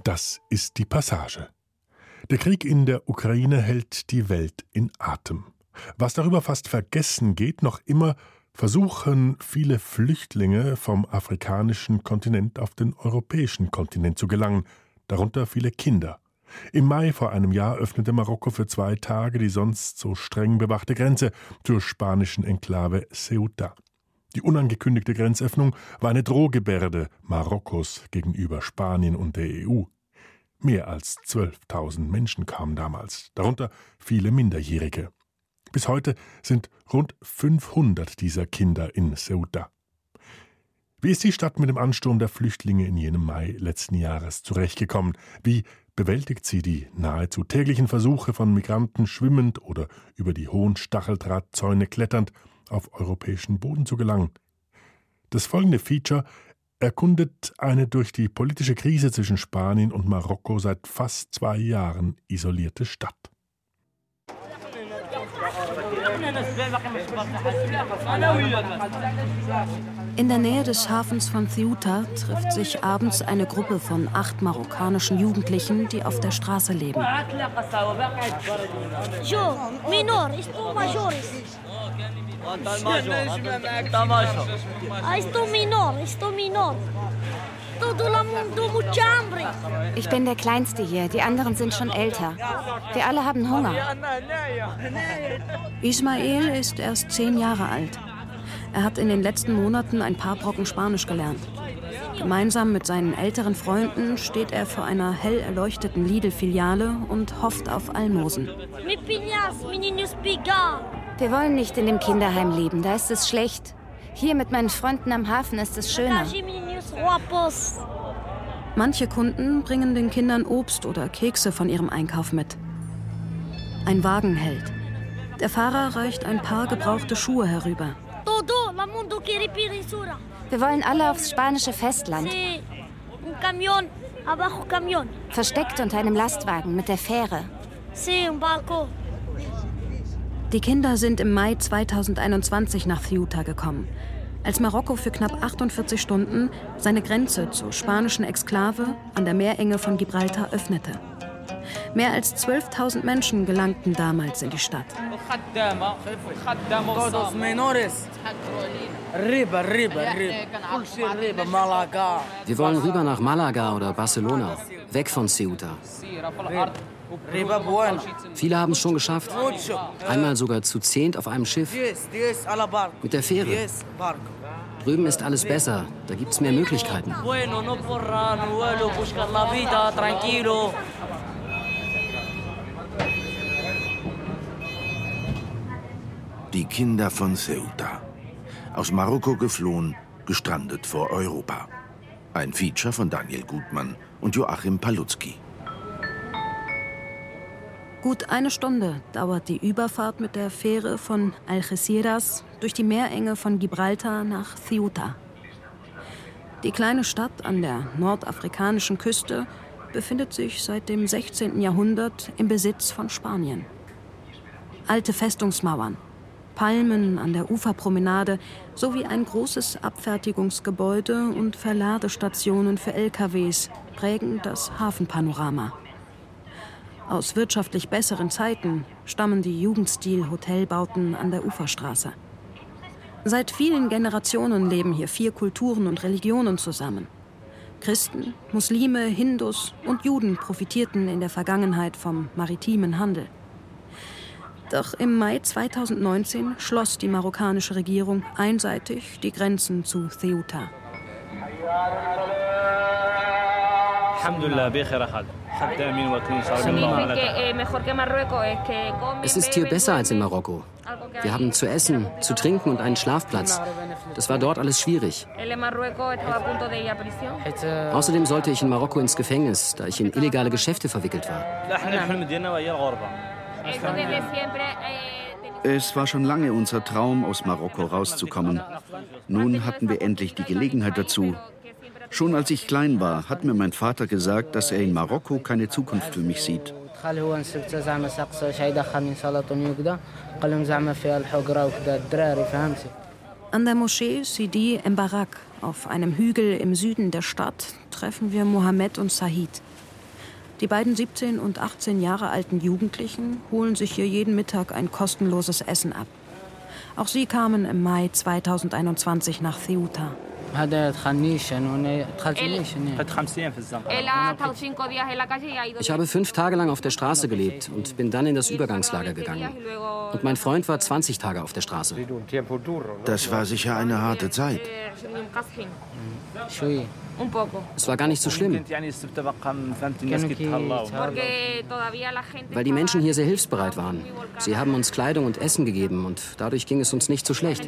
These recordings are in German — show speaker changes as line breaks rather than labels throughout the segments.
Das ist die Passage. Der Krieg in der Ukraine hält die Welt in Atem. Was darüber fast vergessen geht, noch immer versuchen viele Flüchtlinge vom afrikanischen Kontinent auf den europäischen Kontinent zu gelangen, darunter viele Kinder. Im Mai vor einem Jahr öffnete Marokko für 2 Tage die sonst so streng bewachte Grenze zur spanischen Enklave Ceuta. Die unangekündigte Grenzöffnung war eine Drohgebärde Marokkos gegenüber Spanien und der EU. Mehr als 12.000 Menschen kamen damals, darunter viele Minderjährige. Bis heute sind rund 500 dieser Kinder in Ceuta. Wie ist die Stadt mit dem Ansturm der Flüchtlinge in jenem Mai letzten Jahres zurechtgekommen? Wie bewältigt sie die nahezu täglichen Versuche von Migranten, schwimmend oder über die hohen Stacheldrahtzäune kletternd auf europäischen Boden zu gelangen? Das folgende Feature erkundet eine durch die politische Krise zwischen Spanien und Marokko seit fast 2 Jahren isolierte Stadt.
In der Nähe des Hafens von Ceuta trifft sich abends eine Gruppe von 8 marokkanischen Jugendlichen, die auf der Straße leben.
Ich bin der Kleinste hier, die anderen sind schon älter. Wir alle haben Hunger.
Ismael ist erst 10 Jahre alt. Er hat in den letzten Monaten ein paar Brocken Spanisch gelernt. Gemeinsam mit seinen älteren Freunden steht er vor einer hell erleuchteten Lidl-Filiale und hofft auf Almosen.
Wir wollen nicht in dem Kinderheim leben, da ist es schlecht. Hier mit meinen Freunden am Hafen ist es schöner.
Manche Kunden bringen den Kindern Obst oder Kekse von ihrem Einkauf mit. Ein Wagen hält. Der Fahrer reicht ein paar gebrauchte Schuhe herüber.
Wir wollen alle aufs spanische Festland. Versteckt unter einem Lastwagen mit der Fähre.
Die Kinder sind im Mai 2021 nach Ceuta gekommen, als Marokko für knapp 48 Stunden seine Grenze zur spanischen Exklave an der Meerenge von Gibraltar öffnete. Mehr als 12.000 Menschen gelangten damals in die Stadt.
Wir wollen rüber nach Malaga oder Barcelona, weg von Ceuta. Viele haben es schon geschafft. Einmal sogar zu 10 auf einem Schiff. Mit der Fähre. Drüben ist alles besser. Da gibt es mehr Möglichkeiten.
Die Kinder von Ceuta. Aus Marokko geflohen, gestrandet vor Europa. Ein Feature von Daniel Gutmann und Joachim Palutzki.
Gut 1 Stunde dauert die Überfahrt mit der Fähre von Algeciras durch die Meerenge von Gibraltar nach Ceuta. Die kleine Stadt an der nordafrikanischen Küste befindet sich seit dem 16. Jahrhundert im Besitz von Spanien. Alte Festungsmauern, Palmen an der Uferpromenade sowie ein großes Abfertigungsgebäude und Verladestationen für LKWs prägen das Hafenpanorama. Aus wirtschaftlich besseren Zeiten stammen die Jugendstil-Hotelbauten an der Uferstraße. Seit vielen Generationen leben hier 4 Kulturen und Religionen zusammen. Christen, Muslime, Hindus und Juden profitierten in der Vergangenheit vom maritimen Handel. Doch im Mai 2019 schloss die marokkanische Regierung einseitig die Grenzen zu Ceuta.
Es ist hier besser als in Marokko. Wir haben zu essen, zu trinken und einen Schlafplatz. Das war dort alles schwierig. Außerdem sollte ich in Marokko ins Gefängnis, da ich in illegale Geschäfte verwickelt war.
Es war schon lange unser Traum, aus Marokko rauszukommen. Nun hatten wir endlich die Gelegenheit dazu. Schon als ich klein war, hat mir mein Vater gesagt, dass er in Marokko keine Zukunft für mich sieht.
An der Moschee Sidi Mbarak auf einem Hügel im Süden der Stadt treffen wir Mohammed und Sahid. Die beiden 17 und 18 Jahre alten Jugendlichen holen sich hier jeden Mittag ein kostenloses Essen ab. Auch sie kamen im Mai 2021 nach Ceuta.
Ich habe 5 Tage lang auf der Straße gelebt und bin dann in das Übergangslager gegangen. Und mein Freund war 20 Tage auf der Straße.
Das war sicher eine harte Zeit.
Es war gar nicht so schlimm, weil die Menschen hier sehr hilfsbereit waren. Sie haben uns Kleidung und Essen gegeben und dadurch ging es uns nicht so schlecht.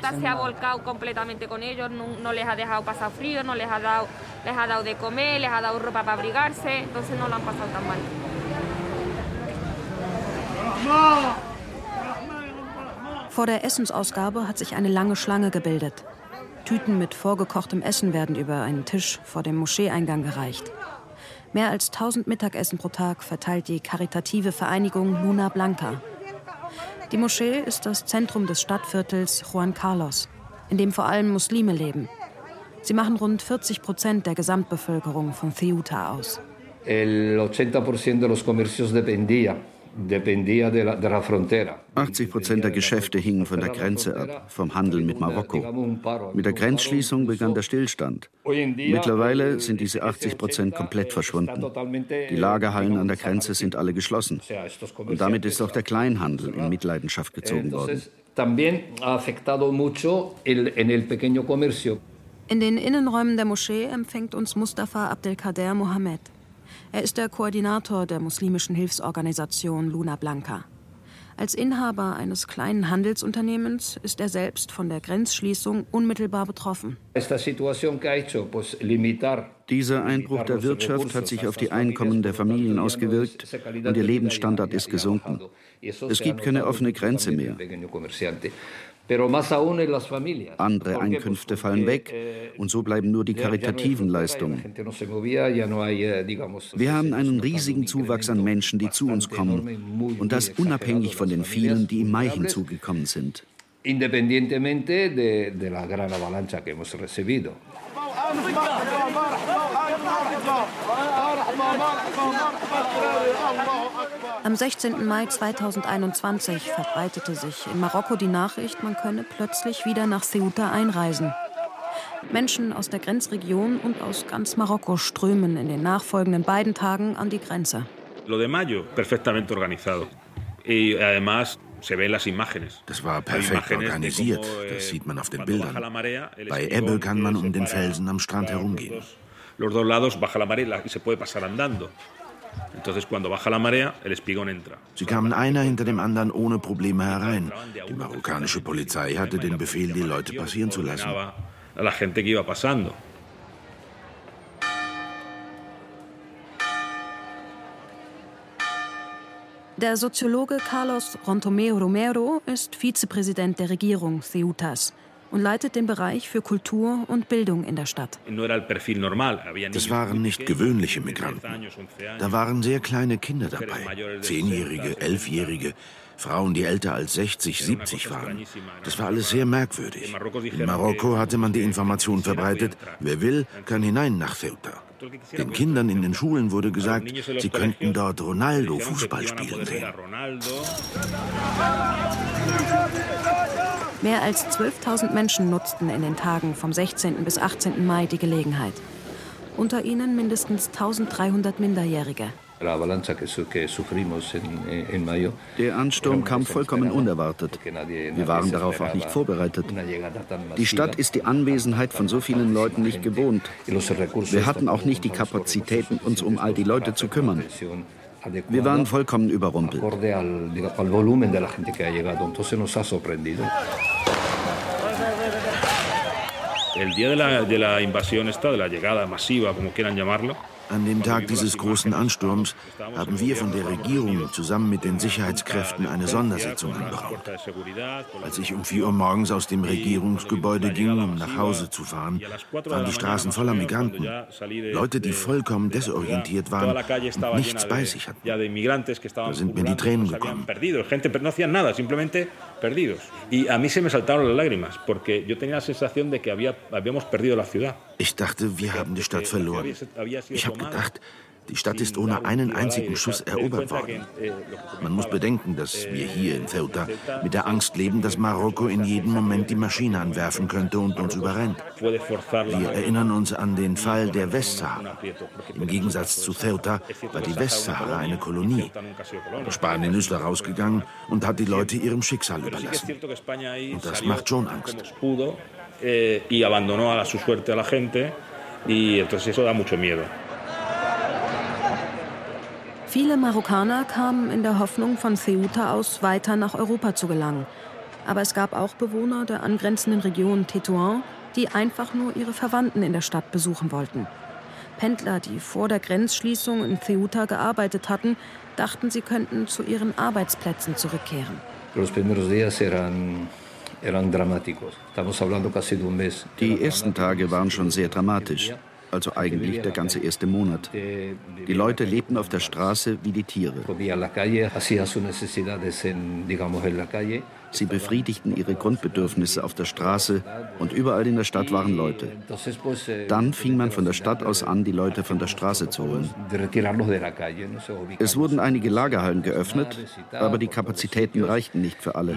Vor der Essensausgabe hat sich eine lange Schlange gebildet. Tüten mit vorgekochtem Essen werden über einen Tisch vor dem Moscheeeingang gereicht. Mehr als 1000 Mittagessen pro Tag verteilt die karitative Vereinigung Luna Blanca. Die Moschee ist das Zentrum des Stadtviertels Juan Carlos, in dem vor allem Muslime leben. Sie machen rund 40% der Gesamtbevölkerung von Ceuta aus.
El 80% de los comercios dependía
80% der Geschäfte hingen von der Grenze ab, vom Handel mit Marokko. Mit der Grenzschließung begann der Stillstand. Mittlerweile sind diese 80% komplett verschwunden. Die Lagerhallen an der Grenze sind alle geschlossen. Und damit ist auch der Kleinhandel in Mitleidenschaft gezogen worden.
In den Innenräumen der Moschee empfängt uns Mustafa Abdelkader Mohammed. Er ist der Koordinator der muslimischen Hilfsorganisation Luna Blanca. Als Inhaber eines kleinen Handelsunternehmens ist er selbst von der Grenzschließung unmittelbar betroffen.
Dieser Einbruch der Wirtschaft hat sich auf die Einkommen der Familien ausgewirkt und ihr Lebensstandard ist gesunken. Es gibt keine offene Grenze mehr. Andere Einkünfte fallen weg und so bleiben nur die karitativen Leistungen. Wir haben einen riesigen Zuwachs an Menschen, die zu uns kommen und das unabhängig von den vielen, die im Mai hinzugekommen sind.
Am 16. Mai 2021 verbreitete sich in Marokko die Nachricht, man könne plötzlich wieder nach Ceuta einreisen. Menschen aus der Grenzregion und aus ganz Marokko strömen in den nachfolgenden beiden Tagen an die Grenze.
Lo de Mayo, perfectamente organizado. Y además
das war perfekt organisiert, das sieht man auf den Bildern. Bei Ebbe kann man um den Felsen am Strand herumgehen. Sie kamen einer hinter dem anderen ohne Probleme herein. Die marokkanische Polizei hatte den Befehl, die Leute passieren zu lassen.
Der Soziologe Carlos Rontomeu Romero ist Vizepräsident der Regierung Ceutas und leitet den Bereich für Kultur und Bildung in der Stadt.
Das waren nicht gewöhnliche Migranten. Da waren sehr kleine Kinder dabei, 10-Jährige, 11-Jährige, Frauen, die älter als 60, 70 waren. Das war alles sehr merkwürdig. In Marokko hatte man die Information verbreitet, wer will, kann hinein nach Ceuta. Den Kindern in den Schulen wurde gesagt, sie könnten dort Ronaldo Fußball spielen sehen.
Mehr als 12.000 Menschen nutzten in den Tagen vom 16. bis 18. Mai die Gelegenheit. Unter ihnen mindestens 1.300 Minderjährige.
Der Ansturm kam vollkommen unerwartet. Wir waren darauf auch nicht vorbereitet. Die Stadt ist die Anwesenheit von so vielen Leuten nicht gewohnt. Wir hatten auch nicht die Kapazitäten, uns um all die Leute zu kümmern. Wir waren vollkommen überrumpelt.
El día de la invasión de la llegada masiva, como quieran llamarlo.
An dem Tag dieses großen Ansturms haben wir von der Regierung zusammen mit den Sicherheitskräften eine Sondersitzung anberaumt. Als ich um 4 Uhr morgens aus dem Regierungsgebäude ging, um nach Hause zu fahren, waren die Straßen voller Migranten. Leute, die vollkommen desorientiert waren und nichts bei sich hatten. Da sind mir die Tränen gekommen. Ich dachte, wir haben die Stadt verloren. Ich habe gedacht, Die Stadt ist ohne einen einzigen Schuss erobert worden. Man muss bedenken, dass wir hier in Ceuta mit der Angst leben, dass Marokko in jedem Moment die Maschine anwerfen könnte und uns überrennt. Wir erinnern uns an den Fall der Westsahara. Im Gegensatz zu Ceuta war die Westsahara eine Kolonie. Aber Spanien ist da rausgegangen und hat die Leute ihrem Schicksal überlassen. Und das macht schon Angst.
Viele Marokkaner kamen in der Hoffnung, von Ceuta aus weiter nach Europa zu gelangen. Aber es gab auch Bewohner der angrenzenden Region Tétouan, die einfach nur ihre Verwandten in der Stadt besuchen wollten. Pendler, die vor der Grenzschließung in Ceuta gearbeitet hatten, dachten, sie könnten zu ihren Arbeitsplätzen zurückkehren.
Die ersten Tage waren schon sehr dramatisch. Also eigentlich der ganze erste Monat. Die Leute lebten auf der Straße wie die Tiere. Sie befriedigten ihre Grundbedürfnisse auf der Straße und überall in der Stadt waren Leute. Dann fing man von der Stadt aus an, die Leute von der Straße zu holen. Es wurden einige Lagerhallen geöffnet, aber die Kapazitäten reichten nicht für alle.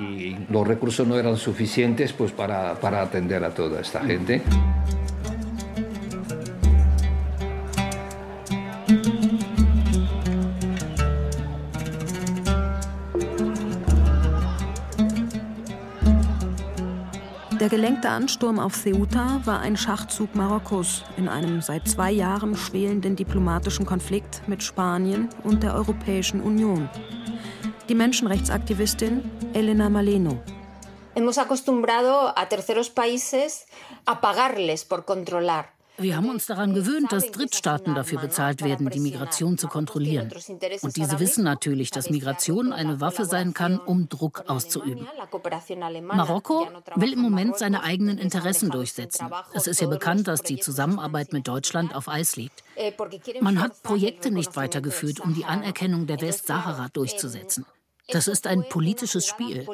Der gelenkte Ansturm auf Ceuta war ein Schachzug Marokkos in einem seit 2 Jahren schwelenden diplomatischen Konflikt mit Spanien und der Europäischen Union. Die Menschenrechtsaktivistin Elena Maleno.
Hemos acostumbrado a terceros países a pagarles por controlar.
Wir haben uns daran gewöhnt, dass Drittstaaten dafür bezahlt werden, die Migration zu kontrollieren. Und diese wissen natürlich, dass Migration eine Waffe sein kann, um Druck auszuüben. Marokko will im Moment seine eigenen Interessen durchsetzen. Es ist ja bekannt, dass die Zusammenarbeit mit Deutschland auf Eis liegt. Man hat Projekte nicht weitergeführt, um die Anerkennung der Westsahara durchzusetzen. Das ist ein politisches Spiel.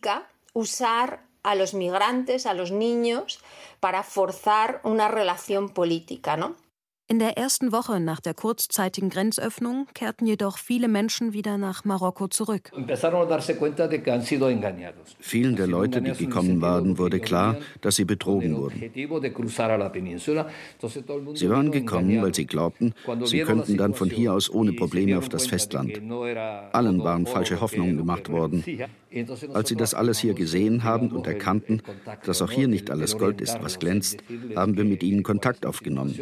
A los migrantes, a los niños, para forzar una relación política, ¿no?
In der ersten Woche nach der kurzzeitigen Grenzöffnung kehrten jedoch viele Menschen wieder nach Marokko zurück.
Vielen der Leute, die gekommen waren, wurde klar, dass sie betrogen wurden. Sie waren gekommen, weil sie glaubten, sie könnten dann von hier aus ohne Probleme auf das Festland. Allen waren falsche Hoffnungen gemacht worden. Als sie das alles hier gesehen haben und erkannten, dass auch hier nicht alles Gold ist, was glänzt, haben wir mit ihnen Kontakt aufgenommen.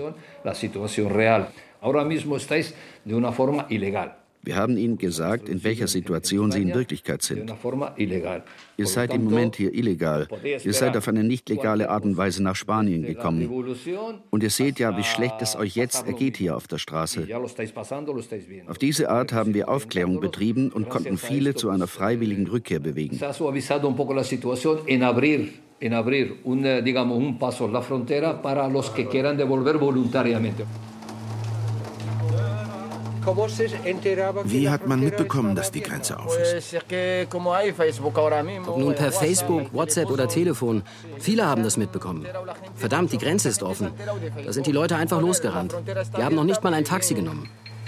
Wir haben ihnen gesagt, in welcher Situation sie in Wirklichkeit sind. Ihr seid im Moment hier illegal. Ihr seid auf eine nicht legale Art und Weise nach Spanien gekommen. Und ihr seht ja, wie schlecht es euch jetzt ergeht hier auf der Straße. Auf diese Art haben wir Aufklärung betrieben und konnten viele zu einer freiwilligen Rückkehr bewegen.
Wie hat man mitbekommen, dass die Grenze auf ist?
Ob nun per Facebook, WhatsApp oder Telefon. Viele haben das mitbekommen. Verdammt, die Grenze ist offen. Da sind die Leute einfach losgerannt. Die haben noch nicht mal ein Taxi genommen.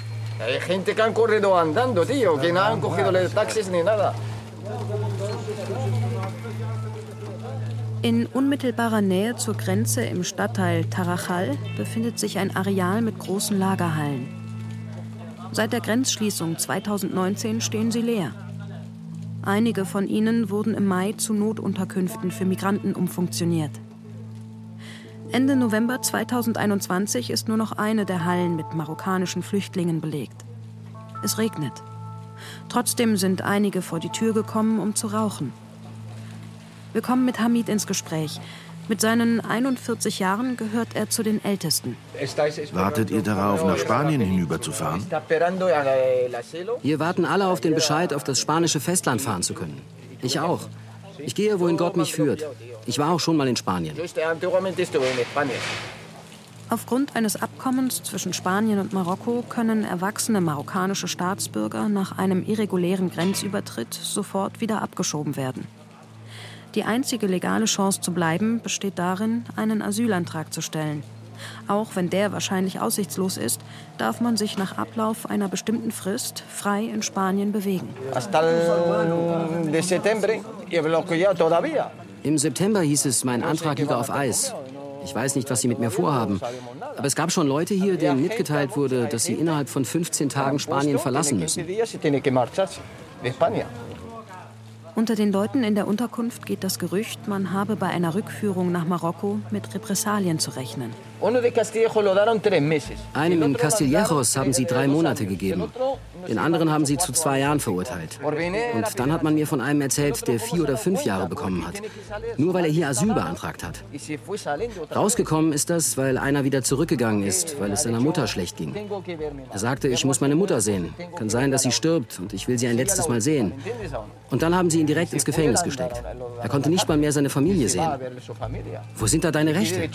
In unmittelbarer Nähe zur Grenze im Stadtteil Tarajal befindet sich ein Areal mit großen Lagerhallen. Seit der Grenzschließung 2019 stehen sie leer. Einige von ihnen wurden im Mai zu Notunterkünften für Migranten umfunktioniert. Ende November 2021 ist nur noch eine der Hallen mit marokkanischen Flüchtlingen belegt. Es regnet. Trotzdem sind einige vor die Tür gekommen, um zu rauchen. Wir kommen mit Hamid ins Gespräch. Mit seinen 41 Jahren gehört er zu den Ältesten.
Wartet ihr darauf, nach Spanien hinüberzufahren?
Hier warten alle auf den Bescheid, auf das spanische Festland fahren zu können. Ich auch. Ich gehe, wohin Gott mich führt. Ich war auch schon mal in Spanien.
Aufgrund eines Abkommens zwischen Spanien und Marokko können erwachsene marokkanische Staatsbürger nach einem irregulären Grenzübertritt sofort wieder abgeschoben werden. Die einzige legale Chance zu bleiben besteht darin, einen Asylantrag zu stellen. Auch wenn der wahrscheinlich aussichtslos ist, darf man sich nach Ablauf einer bestimmten Frist frei in Spanien bewegen.
Im September hieß es, mein Antrag liege auf Eis. Ich weiß nicht, was sie mit mir vorhaben. Aber es gab schon Leute hier, denen mitgeteilt wurde, dass sie innerhalb von 15 Tagen Spanien verlassen müssen.
Unter den Leuten in der Unterkunft geht das Gerücht, man habe bei einer Rückführung nach Marokko mit Repressalien zu rechnen.
Einem in Castillejos haben sie 3 Monate gegeben. Den anderen haben sie zu 2 Jahren verurteilt. Und dann hat man mir von einem erzählt, der 4 oder 5 Jahre bekommen hat. Nur weil er hier Asyl beantragt hat. Rausgekommen ist das, weil einer wieder zurückgegangen ist, weil es seiner Mutter schlecht ging. Er sagte, ich muss meine Mutter sehen. Kann sein, dass sie stirbt und ich will sie ein letztes Mal sehen. Und dann haben sie ihn direkt ins Gefängnis gesteckt. Er konnte nicht mal mehr seine Familie sehen. Wo sind da deine Rechte?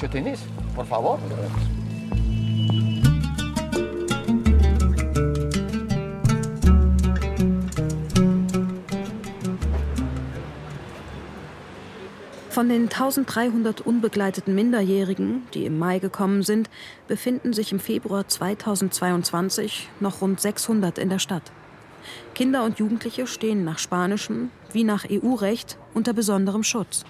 Von den 1300 unbegleiteten Minderjährigen, die im Mai gekommen sind, befinden sich im Februar 2022 noch rund 600 in der Stadt. Kinder und Jugendliche stehen nach spanischem wie nach EU-Recht unter besonderem Schutz.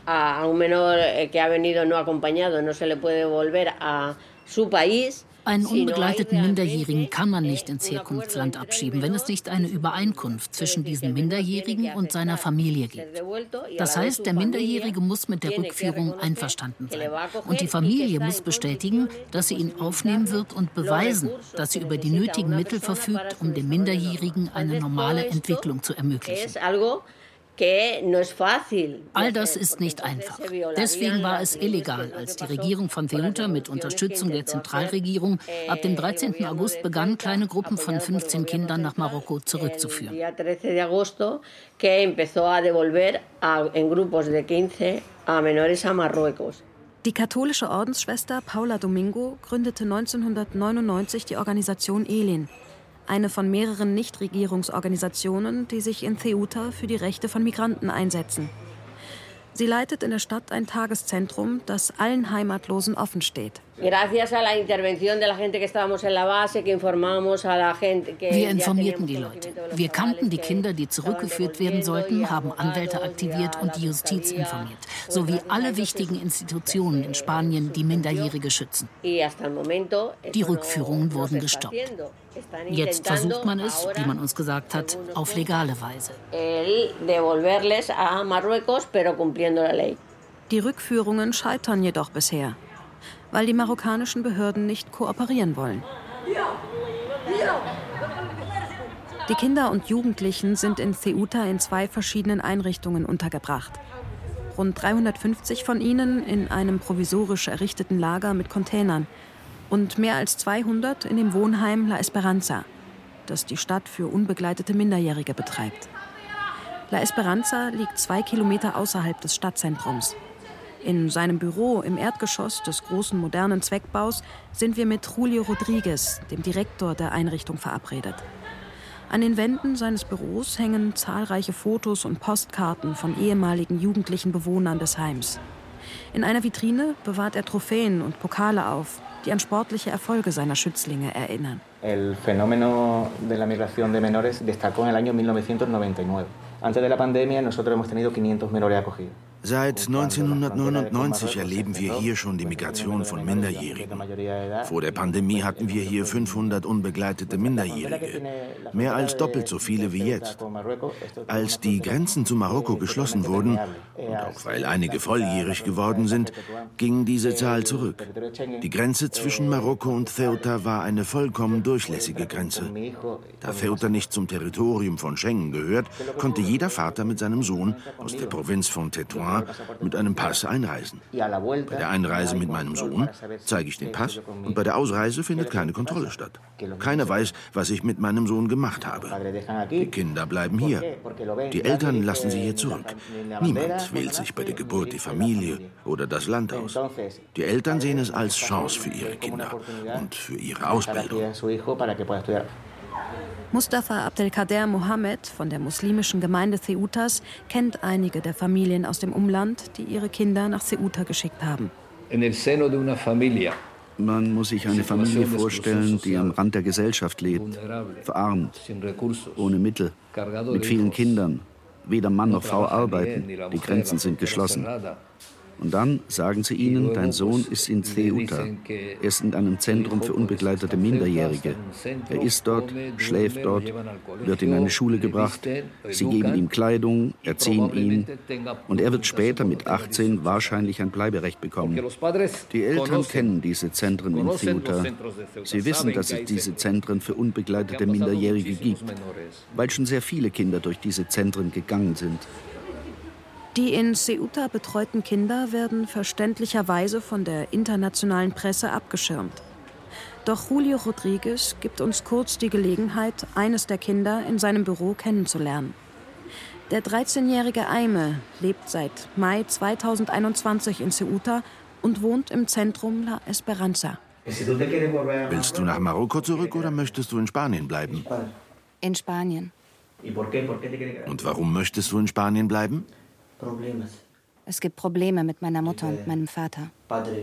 Einen unbegleiteten Minderjährigen kann man nicht ins Herkunftsland abschieben, wenn es nicht eine Übereinkunft zwischen diesem Minderjährigen und seiner Familie gibt. Das heißt, der Minderjährige muss mit der Rückführung einverstanden sein. Und die Familie muss bestätigen, dass sie ihn aufnehmen wird und beweisen, dass sie über die nötigen Mittel verfügt, um dem Minderjährigen eine normale Entwicklung zu ermöglichen. All das ist nicht einfach. Deswegen war es illegal, als die Regierung von Ceuta mit Unterstützung der Zentralregierung ab dem 13. August begann, kleine Gruppen von 15 Kindern nach Marokko zurückzuführen.
Die katholische Ordensschwester Paula Domingo gründete 1999 die Organisation ELIN, eine von mehreren Nichtregierungsorganisationen, die sich in Ceuta für die Rechte von Migranten einsetzen. Sie leitet in der Stadt ein Tageszentrum, das allen Heimatlosen offen steht.
Wir informierten die Leute. Wir kannten die Kinder, die zurückgeführt werden sollten, haben Anwälte aktiviert und die Justiz informiert, sowie alle wichtigen Institutionen in Spanien, die Minderjährige schützen. Die Rückführungen wurden gestoppt. Jetzt versucht man es, wie man uns gesagt hat, auf legale Weise.
Die Rückführungen scheitern jedoch bisher, weil die marokkanischen Behörden nicht kooperieren wollen. Die Kinder und Jugendlichen sind in Ceuta in 2 verschiedenen Einrichtungen untergebracht. Rund 350 von ihnen in einem provisorisch errichteten Lager mit Containern und mehr als 200 in dem Wohnheim La Esperanza, das die Stadt für unbegleitete Minderjährige betreibt. La Esperanza liegt 2 Kilometer außerhalb des Stadtzentrums. In seinem Büro im Erdgeschoss des großen modernen Zweckbaus sind wir mit Julio Rodriguez, dem Direktor der Einrichtung, verabredet. An den Wänden seines Büros hängen zahlreiche Fotos und Postkarten von ehemaligen jugendlichen Bewohnern des Heims. In einer Vitrine bewahrt er Trophäen und Pokale auf, die an sportliche Erfolge seiner Schützlinge erinnern.
El fenómeno de la migración de menores destacó en el año 1999. Antes de la pandemia nosotros hemos tenido 500 menores acogidos.
Seit 1999 erleben wir hier schon die Migration von Minderjährigen. Vor der Pandemie hatten wir hier 500 unbegleitete Minderjährige, mehr als doppelt so viele wie jetzt. Als die Grenzen zu Marokko geschlossen wurden, und auch weil einige volljährig geworden sind, ging diese Zahl zurück. Die Grenze zwischen Marokko und Ceuta war eine vollkommen durchlässige Grenze. Da Ceuta nicht zum Territorium von Schengen gehört, konnte jeder Vater mit seinem Sohn aus der Provinz von Tetuán mit einem Pass einreisen. Bei der Einreise mit meinem Sohn zeige ich den Pass und bei der Ausreise findet keine Kontrolle statt. Keiner weiß, was ich mit meinem Sohn gemacht habe. Die Kinder bleiben hier. Die Eltern lassen sie hier zurück. Niemand wählt sich bei der Geburt die Familie oder das Land aus. Die Eltern sehen es als Chance für ihre Kinder und für ihre Ausbildung.
Mustafa Abdelkader Mohammed von der muslimischen Gemeinde Ceutas kennt einige der Familien aus dem Umland, die ihre Kinder nach Ceuta geschickt haben.
Man muss sich eine Familie vorstellen, die am Rand der Gesellschaft lebt, verarmt, ohne Mittel, mit vielen Kindern. Weder Mann noch Frau arbeiten, die Grenzen sind geschlossen. Und dann sagen sie ihnen, dein Sohn ist in Ceuta. Er ist in einem Zentrum für unbegleitete Minderjährige. Er isst dort, schläft dort, wird in eine Schule gebracht. Sie geben ihm Kleidung, erziehen ihn. Und er wird später mit 18 wahrscheinlich ein Bleiberecht bekommen. Die Eltern kennen diese Zentren in Ceuta. Sie wissen, dass es diese Zentren für unbegleitete Minderjährige gibt, weil schon sehr viele Kinder durch diese Zentren gegangen sind.
Die in Ceuta betreuten Kinder werden verständlicherweise von der internationalen Presse abgeschirmt. Doch Julio Rodriguez gibt uns kurz die Gelegenheit, eines der Kinder in seinem Büro kennenzulernen. Der 13-jährige Aime lebt seit Mai 2021 in Ceuta und wohnt im Zentrum La Esperanza.
Willst du nach Marokko zurück oder möchtest du in Spanien bleiben?
In Spanien.
Und warum möchtest du in Spanien bleiben?
Es gibt Probleme mit meiner Mutter und meinem Vater.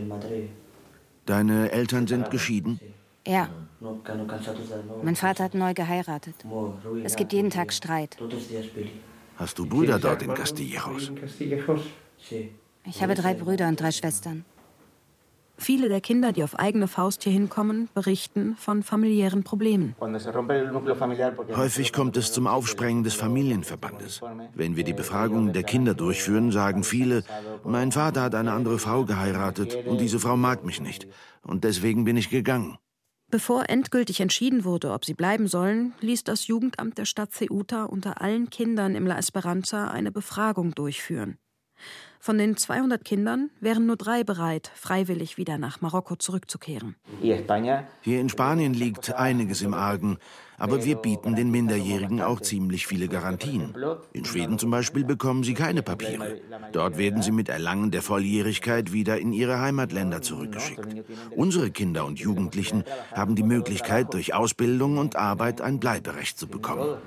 Deine Eltern sind geschieden?
Ja. Mein Vater hat neu geheiratet. Es gibt jeden Tag Streit.
Hast du Brüder dort in Castillejos?
Ich habe 3 Brüder und 3 Schwestern.
Viele der Kinder, die auf eigene Faust hier hinkommen, berichten von familiären Problemen.
Häufig kommt es zum Aufsprengen des Familienverbandes. Wenn wir die Befragungen der Kinder durchführen, sagen viele, mein Vater hat eine andere Frau geheiratet und diese Frau mag mich nicht. Und deswegen bin ich gegangen.
Bevor endgültig entschieden wurde, ob sie bleiben sollen, ließ das Jugendamt der Stadt Ceuta unter allen Kindern im La Esperanza eine Befragung durchführen. Von den 200 Kindern wären nur 3 bereit, freiwillig wieder nach Marokko zurückzukehren.
Hier in Spanien liegt einiges im Argen, aber wir bieten den Minderjährigen auch ziemlich viele Garantien. In Schweden zum Beispiel bekommen sie keine Papiere. Dort werden sie mit Erlangen der Volljährigkeit wieder in ihre Heimatländer zurückgeschickt. Unsere Kinder und Jugendlichen haben die Möglichkeit, durch Ausbildung und Arbeit ein Bleiberecht zu bekommen.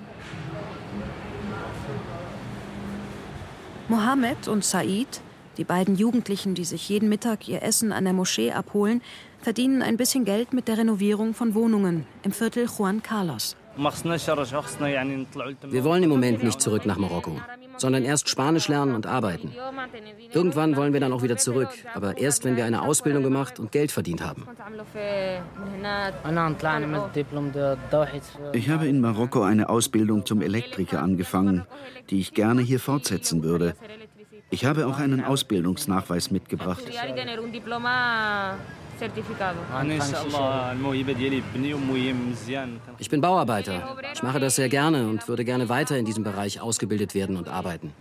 Mohammed und Said, die beiden Jugendlichen, die sich jeden Mittag ihr Essen an der Moschee abholen, verdienen ein bisschen Geld mit der Renovierung von Wohnungen im Viertel Juan Carlos.
Wir wollen im Moment nicht zurück nach Marokko, sondern erst Spanisch lernen und arbeiten. Irgendwann wollen wir dann auch wieder zurück, aber erst, wenn wir eine Ausbildung gemacht und Geld verdient haben.
Ich habe in Marokko eine Ausbildung zum Elektriker angefangen, die ich gerne hier fortsetzen würde. Ich habe auch einen Ausbildungsnachweis mitgebracht.
Ich bin Bauarbeiter. Ich mache das sehr gerne und würde gerne weiter in diesem Bereich ausgebildet werden und arbeiten.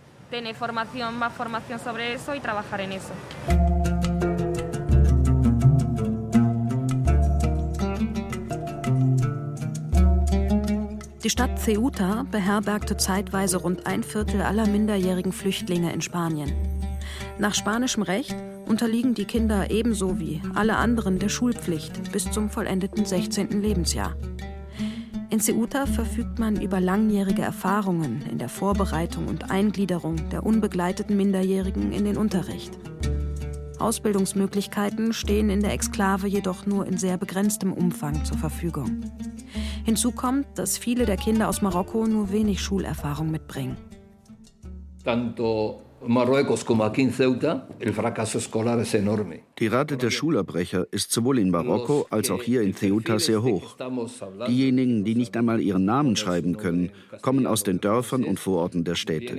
Die Stadt Ceuta beherbergte zeitweise rund 1/4 aller minderjährigen Flüchtlinge in Spanien. Nach spanischem Recht unterliegen die Kinder ebenso wie alle anderen der Schulpflicht bis zum vollendeten 16. Lebensjahr. In Ceuta verfügt man über langjährige Erfahrungen in der Vorbereitung und Eingliederung der unbegleiteten Minderjährigen in den Unterricht. Ausbildungsmöglichkeiten stehen in der Exklave jedoch nur in sehr begrenztem Umfang zur Verfügung. Hinzu kommt, dass viele der Kinder aus Marokko nur wenig Schulerfahrung mitbringen.
Die Rate der Schulabbrecher ist sowohl in Marokko als auch hier in Ceuta sehr hoch. Diejenigen, die nicht einmal ihren Namen schreiben können, kommen aus den Dörfern und Vororten der Städte.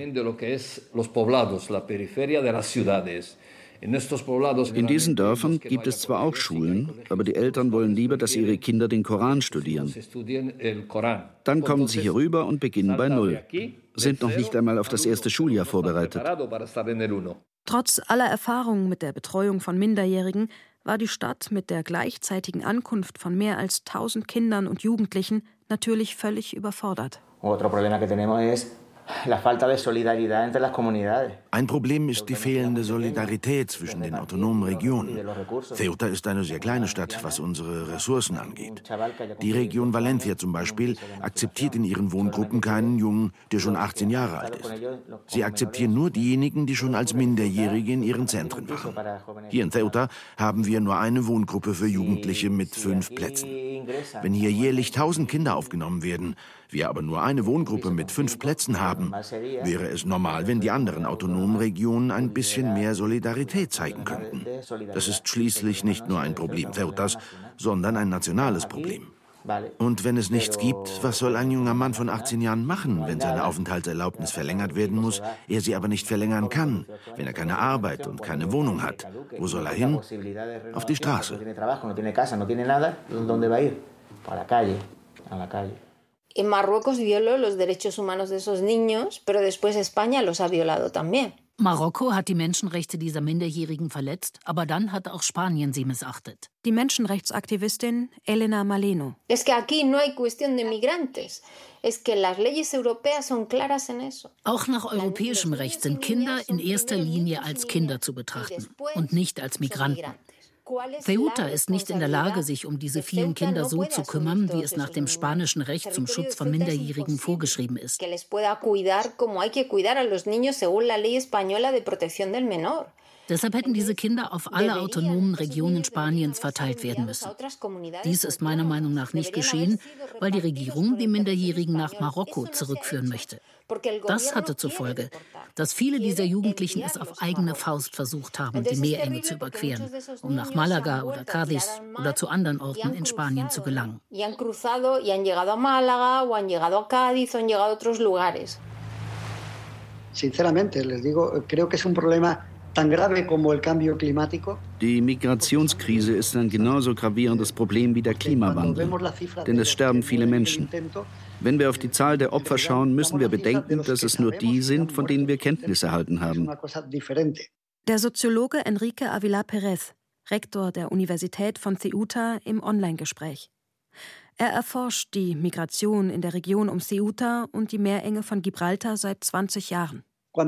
In diesen Dörfern gibt es zwar auch Schulen, aber die Eltern wollen lieber, dass ihre Kinder den Koran studieren. Dann kommen sie hier rüber und beginnen bei Null, sind noch nicht einmal auf das erste Schuljahr vorbereitet.
Trotz aller Erfahrungen mit der Betreuung von Minderjährigen war die Stadt mit der gleichzeitigen Ankunft von mehr als 1000 Kindern und Jugendlichen natürlich völlig überfordert.
Ein Problem ist die fehlende Solidarität zwischen den autonomen Regionen. Ceuta ist eine sehr kleine Stadt, was unsere Ressourcen angeht. Die Region Valencia zum Beispiel akzeptiert in ihren Wohngruppen keinen Jungen, der schon 18 Jahre alt ist. Sie akzeptieren nur diejenigen, die schon als Minderjährige in ihren Zentren waren. Hier in Ceuta haben wir nur eine Wohngruppe für Jugendliche mit 5 Plätzen. Wenn hier jährlich 1000 Kinder aufgenommen werden, wir aber nur eine Wohngruppe mit 5 Plätzen haben, wäre es normal, wenn die anderen autonomen Regionen ein bisschen mehr Solidarität zeigen könnten. Das ist schließlich nicht nur ein Problem Ceutas, sondern ein nationales Problem. Und wenn es nichts gibt, was soll ein junger Mann von 18 Jahren machen, wenn seine Aufenthaltserlaubnis verlängert werden muss, er sie aber nicht verlängern kann, wenn er keine Arbeit und keine Wohnung hat? Wo soll er hin? Auf die Straße.
En Marruecos violó los derechos humanos de esos niños, pero después España los ha violado también.
Marokko hat die Menschenrechte dieser Minderjährigen verletzt, aber dann hat auch Spanien sie missachtet.
Die Menschenrechtsaktivistin Elena Maleno.
Es que aquí no hay cuestión de migrantes. Es que las leyes europeas son claras en eso.
Auch nach europäischem Recht sind Kinder in erster Linie als Kinder zu betrachten und nicht als Migranten. Ceuta ist nicht in der Lage, sich um diese vielen Kinder so zu kümmern, wie es nach dem spanischen Recht zum Schutz von Minderjährigen vorgeschrieben ist. Deshalb hätten diese Kinder auf alle autonomen Regionen Spaniens verteilt werden müssen. Dies ist meiner Meinung nach nicht geschehen, weil die Regierung die Minderjährigen nach Marokko zurückführen möchte. Das hatte zur Folge, dass viele dieser Jugendlichen es auf eigene Faust versucht haben, die Meerenge zu überqueren, um nach Malaga oder Cádiz oder zu anderen Orten in Spanien zu gelangen.
Sinceramente, les digo, creo que es un problema tan grave como el cambio climático.
Die Migrationskrise ist ein genauso gravierendes Problem wie der Klimawandel, denn es sterben viele Menschen. Wenn wir auf die Zahl der Opfer schauen, müssen wir bedenken, dass es nur die sind, von denen wir Kenntnis erhalten haben.
Der Soziologe Enrique Avila Pérez, Rektor der Universität von Ceuta, im Online-Gespräch. Er erforscht die Migration in der Region um Ceuta und die Meerenge von Gibraltar seit 20 Jahren.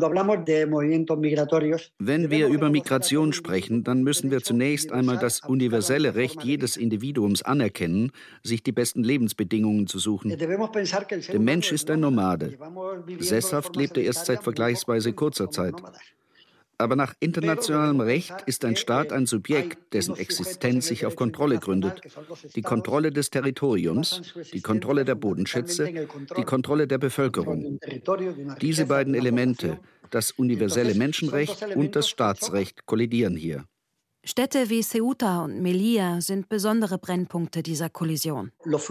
Wenn wir über Migration sprechen, dann müssen wir zunächst einmal das universelle Recht jedes Individuums anerkennen, sich die besten Lebensbedingungen zu suchen. Der Mensch ist ein Nomade. Sesshaft lebt er erst seit vergleichsweise kurzer Zeit. Aber nach internationalem Recht ist ein Staat ein Subjekt, dessen Existenz sich auf Kontrolle gründet. Die Kontrolle des Territoriums, die Kontrolle der Bodenschätze, die Kontrolle der Bevölkerung. Diese beiden Elemente, das universelle Menschenrecht und das Staatsrecht, kollidieren hier.
Städte wie Ceuta und Melilla sind besondere Brennpunkte dieser Kollision.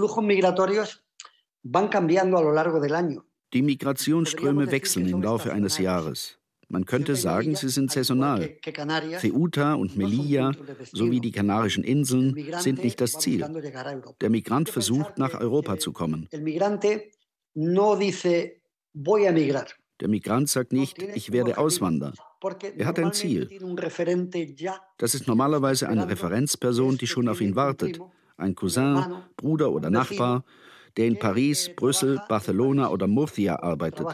Die Migrationsströme wechseln im Laufe eines Jahres. Man könnte sagen, sie sind saisonal. Ceuta und Melilla sowie die Kanarischen Inseln sind nicht das Ziel. Der Migrant versucht, nach Europa zu kommen. Der Migrant sagt nicht, ich werde auswandern. Er hat ein Ziel. Das ist normalerweise eine Referenzperson, die schon auf ihn wartet. Ein Cousin, Bruder oder Nachbar, der in Paris, Brüssel, Barcelona oder Murcia arbeitet.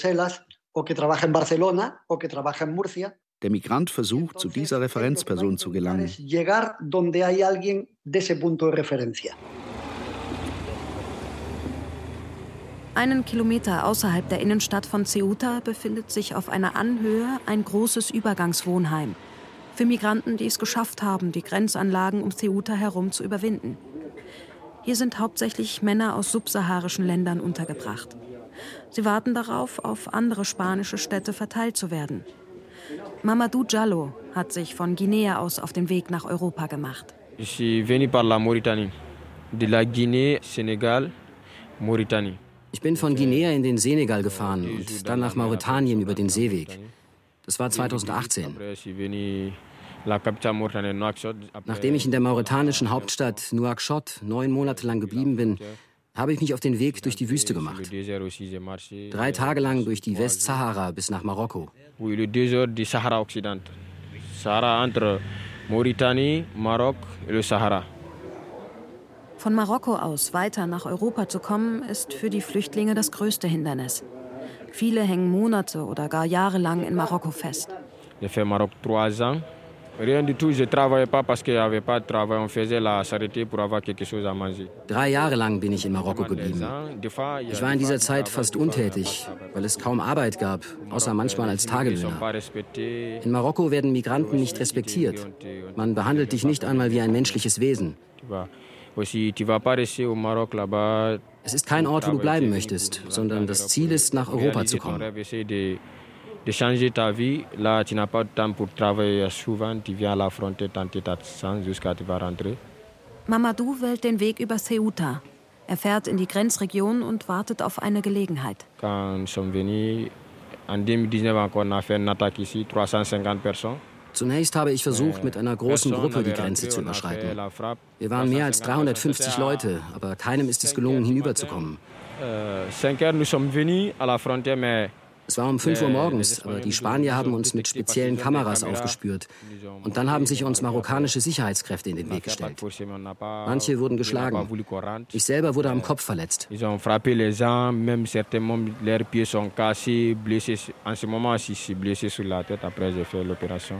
Der Migrant versucht, zu dieser Referenzperson zu gelangen.
Einen Kilometer außerhalb der Innenstadt von Ceuta befindet sich auf einer Anhöhe ein großes Übergangswohnheim für Migranten, die es geschafft haben, die Grenzanlagen um Ceuta herum zu überwinden. Hier sind hauptsächlich Männer aus subsaharischen Ländern untergebracht. Sie warten darauf, auf andere spanische Städte verteilt zu werden. Mamadou Diallo hat sich von Guinea aus auf den Weg nach Europa gemacht.
Ich bin par la Mauritanie, de la Guinée, Senegal, Mauritanie.
Ich bin von Guinea in den Senegal gefahren und dann nach Mauretanien über den Seeweg. Das war 2018. Nachdem ich in der mauretanischen Hauptstadt Nouakchott 9 Monate lang geblieben bin, habe ich mich auf den Weg durch die Wüste gemacht. 3 Tage lang durch die Westsahara bis nach Marokko.
Von Marokko aus weiter nach Europa zu kommen, ist für die Flüchtlinge das größte Hindernis. Viele hängen Monate oder gar jahrelang in Marokko fest.
J'ai fait Maroc 3 ans. Rien du tout, je travaillais pas parce qu'il y avait pas de travail. On faisait la charité pour avoir quelque chose à manger.
3 Jahre lang bin ich in Marokko geblieben. Ich war in dieser Zeit fast untätig, weil es kaum Arbeit gab, außer manchmal als Tagelöhner. In Marokko werden Migranten nicht respektiert. Man behandelt dich nicht einmal wie ein menschliches Wesen. Es ist kein Ort, wo du bleiben möchtest, sondern das Ziel ist, nach Europa zu kommen.
De changer ta vie, là tu n'as pas de temps pour travailler souvent, tu viens à la frontière tenter ta chance jusqu'à tu vas rentrer.
Mamadou wählt den Weg über Ceuta. Er fährt in die Grenzregion und wartet auf eine Gelegenheit.
Quand nous sommes venus en 2019 encore on a fait une attaque ici 350 personnes.
Zunächst habe ich versucht, mit einer großen Gruppe die Grenze zu überschreiten. Wir waren mehr als 350 Leute, aber keinem ist es gelungen, hinüberzukommen.
5 heures nous sommes venus à la frontière, mais
es war um 5 Uhr morgens, aber die Spanier haben uns mit speziellen Kameras aufgespürt. Und dann haben sich uns marokkanische Sicherheitskräfte in den Weg gestellt. Manche wurden geschlagen. Ich selber wurde am Kopf verletzt.
Ils ont frappé les gens, même certains membres, leurs pieds sont cassés, blessés. En ce moment, je suis blessé sur la tête. Après, j'ai fait l'opération.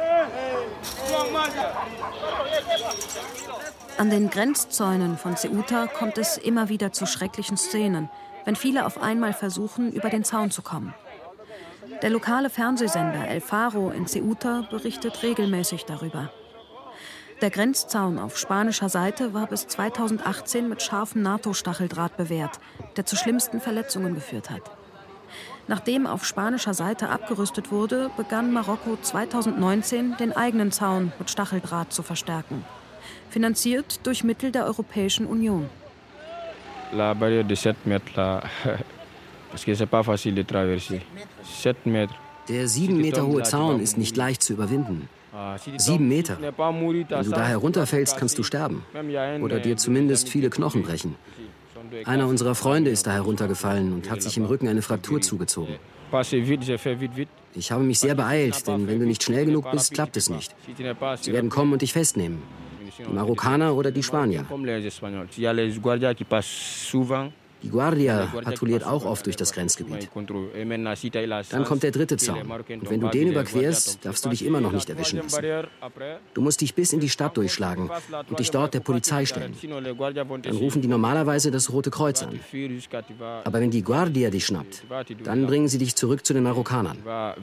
An den Grenzzäunen von Ceuta kommt es immer wieder zu schrecklichen Szenen, wenn viele auf einmal versuchen, über den Zaun zu kommen. Der lokale Fernsehsender El Faro in Ceuta berichtet regelmäßig darüber. Der Grenzzaun auf spanischer Seite war bis 2018 mit scharfem NATO-Stacheldraht bewehrt, der zu schlimmsten Verletzungen geführt hat. Nachdem auf spanischer Seite abgerüstet wurde, begann Marokko 2019, den eigenen Zaun mit Stacheldraht zu verstärken. Finanziert durch Mittel der Europäischen Union.
La barrière de 7 mètres là, parce que c'est pas facile de traverser. 7 mètres.
Der 7 Meter hohe Zaun ist nicht leicht zu überwinden. 7 Meter. Wenn du da herunterfällst, kannst du sterben. Oder dir zumindest viele Knochen brechen. Einer unserer Freunde ist da heruntergefallen und hat sich im Rücken eine Fraktur zugezogen. Ich habe mich sehr beeilt, denn wenn du nicht schnell genug bist, klappt es nicht. Sie werden kommen und dich festnehmen. Die Marokkaner oder die Spanier. Die Guardia patrouilliert auch oft durch das Grenzgebiet. Dann kommt der 3. Zaun. Und wenn du den überquerst, darfst du dich immer noch nicht erwischen lassen. Du musst dich bis in die Stadt durchschlagen und dich dort der Polizei stellen. Dann rufen die normalerweise das Rote Kreuz an. Aber wenn die Guardia dich schnappt, dann bringen sie dich zurück zu den Marokkanern.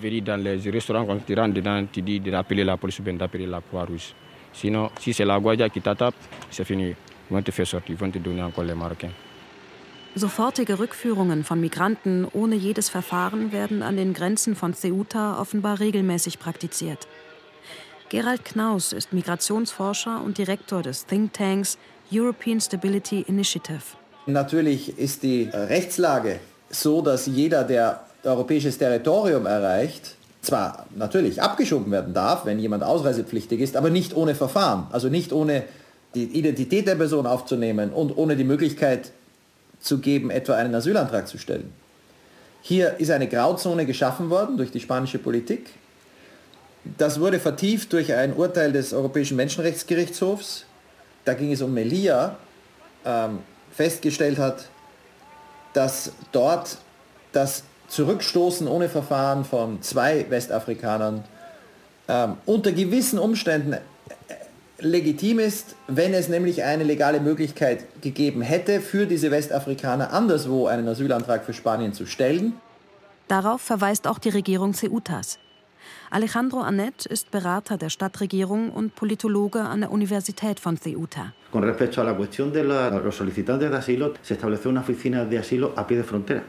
Sinon, si c'est la Guardia qui t'attaque, c'est fini. Ils vont te faire sortir, ils vont te donner encore les Marocains.
Sofortige Rückführungen von Migranten ohne jedes Verfahren werden an den Grenzen von Ceuta offenbar regelmäßig praktiziert. Gerald Knaus ist Migrationsforscher und Direktor des Thinktanks European Stability Initiative.
Natürlich ist die Rechtslage so, dass jeder, der europäisches Territorium erreicht, zwar natürlich abgeschoben werden darf, wenn jemand ausreisepflichtig ist, aber nicht ohne Verfahren, also nicht ohne die Identität der Person aufzunehmen und ohne die Möglichkeit zu geben, etwa einen Asylantrag zu stellen. Hier ist eine Grauzone geschaffen worden durch die spanische Politik. Das wurde vertieft durch ein Urteil des Europäischen Menschenrechtsgerichtshofs. Da ging es um Melilla, festgestellt hat, dass dort das Zurückstoßen ohne Verfahren von 2 Westafrikanern unter gewissen Umständen legitim ist, wenn es nämlich eine legale Möglichkeit gegeben hätte, für diese Westafrikaner anderswo einen Asylantrag für Spanien zu stellen.
Darauf verweist auch die Regierung Ceutas. Alejandro Anet ist Berater der Stadtregierung und Politologe an der Universität von Ceuta.
Con respecto a la cuestión de los solicitantes de asilo, se estableció una oficina de asilo a pie de frontera.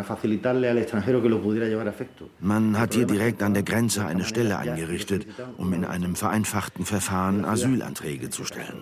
Man hat hier direkt an der Grenze eine Stelle eingerichtet, um in einem vereinfachten Verfahren Asylanträge zu stellen.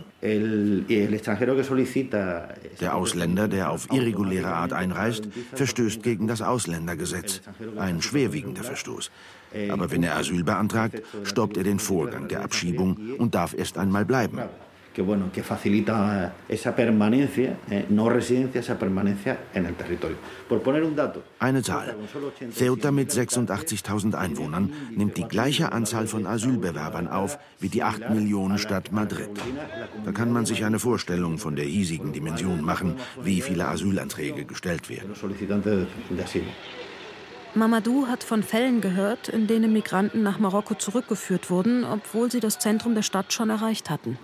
Der Ausländer, der auf irreguläre Art einreist, verstößt gegen das Ausländergesetz. Ein schwerwiegender Verstoß. Aber wenn er Asyl beantragt, stoppt er den Vorgang der Abschiebung und darf erst einmal bleiben.
Que facilita esa permanencia, no residencia, esa permanencia en el territorio. Por poner un dato.
Eine Zahl. Ceuta mit 86.000 Einwohnern nimmt die gleiche Anzahl von Asylbewerbern auf wie die 8 Millionen Stadt Madrid. Da kann man sich eine Vorstellung von der hiesigen Dimension machen, wie viele Asylanträge gestellt werden.
Mamadou hat von Fällen gehört, in denen Migranten nach Marokko zurückgeführt wurden, obwohl sie das Zentrum der Stadt schon erreicht hatten.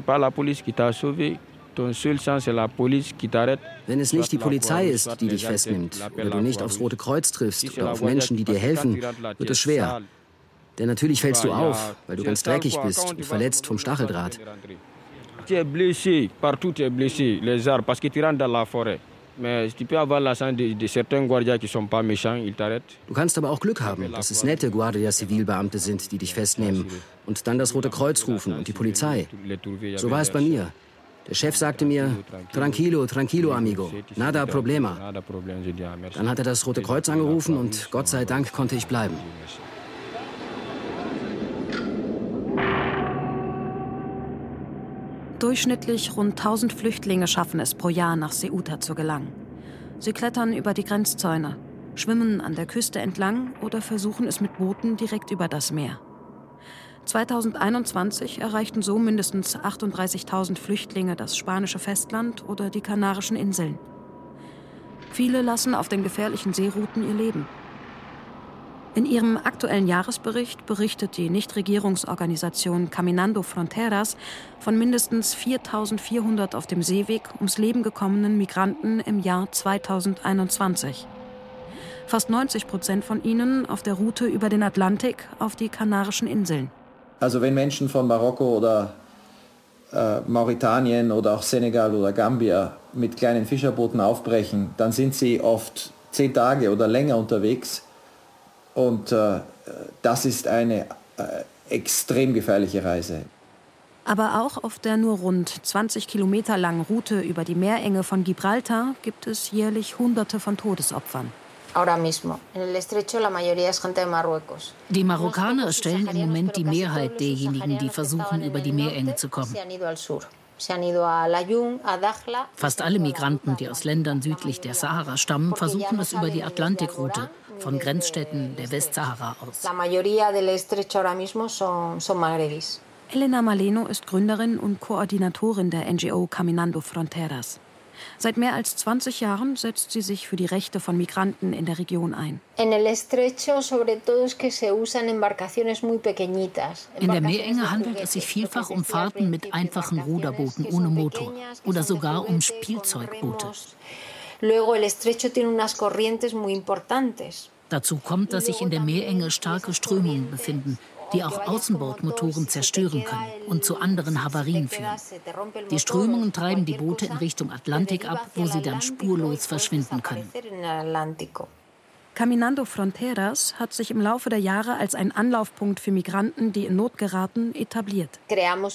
Wenn es nicht die Polizei ist, die dich festnimmt, oder du nicht aufs Rote Kreuz triffst oder auf Menschen, die dir helfen, wird es schwer. Denn natürlich fällst du auf, weil du ganz dreckig bist und verletzt vom Stacheldraht. Du kannst aber auch Glück haben, dass es nette Guardia-Civil-Beamte sind, die dich festnehmen und dann das Rote Kreuz rufen und die Polizei. So war es bei mir. Der Chef sagte mir, tranquilo, tranquilo, amigo, nada problema. Dann hat er das Rote Kreuz angerufen und Gott sei Dank konnte ich bleiben.
Durchschnittlich rund 1000 Flüchtlinge schaffen es pro Jahr, nach Ceuta zu gelangen. Sie klettern über die Grenzzäune, schwimmen an der Küste entlang oder versuchen es mit Booten direkt über das Meer. 2021 erreichten so mindestens 38.000 Flüchtlinge das spanische Festland oder die Kanarischen Inseln. Viele lassen auf den gefährlichen Seerouten ihr Leben. In ihrem aktuellen Jahresbericht berichtet die Nichtregierungsorganisation Caminando Fronteras von mindestens 4.400 auf dem Seeweg ums Leben gekommenen Migranten im Jahr 2021. Fast 90% von ihnen auf der Route über den Atlantik auf die Kanarischen Inseln.
Also wenn Menschen von Marokko oder Mauretanien oder auch Senegal oder Gambia mit kleinen Fischerbooten aufbrechen, dann sind sie oft 10 Tage oder länger unterwegs. Und das ist eine extrem gefährliche Reise.
Aber auch auf der nur rund 20 Kilometer langen Route über die Meerenge von Gibraltar gibt es jährlich Hunderte von Todesopfern.
Die Marokkaner stellen im Moment die Mehrheit derjenigen, die versuchen, über die Meerenge zu kommen. Fast alle Migranten, die aus Ländern südlich der Sahara stammen, versuchen es über die Atlantikroute, von Grenzstädten der Westsahara aus.
Elena Maleno ist Gründerin und Koordinatorin der NGO Caminando Fronteras. Seit mehr als 20 Jahren setzt sie sich für die Rechte von Migranten in der Region ein.
In der Meerenge handelt es sich vielfach um Fahrten mit einfachen Ruderbooten ohne Motor oder sogar um Spielzeugboote. Dazu kommt, dass sich in der Meerenge starke Strömungen befinden, die auch Außenbordmotoren zerstören können und zu anderen Havarien führen. Die Strömungen treiben die Boote in Richtung Atlantik ab, wo sie dann spurlos verschwinden können.
Caminando Fronteras hat sich im Laufe der Jahre als ein Anlaufpunkt für Migranten, die in Not geraten, etabliert.
Wir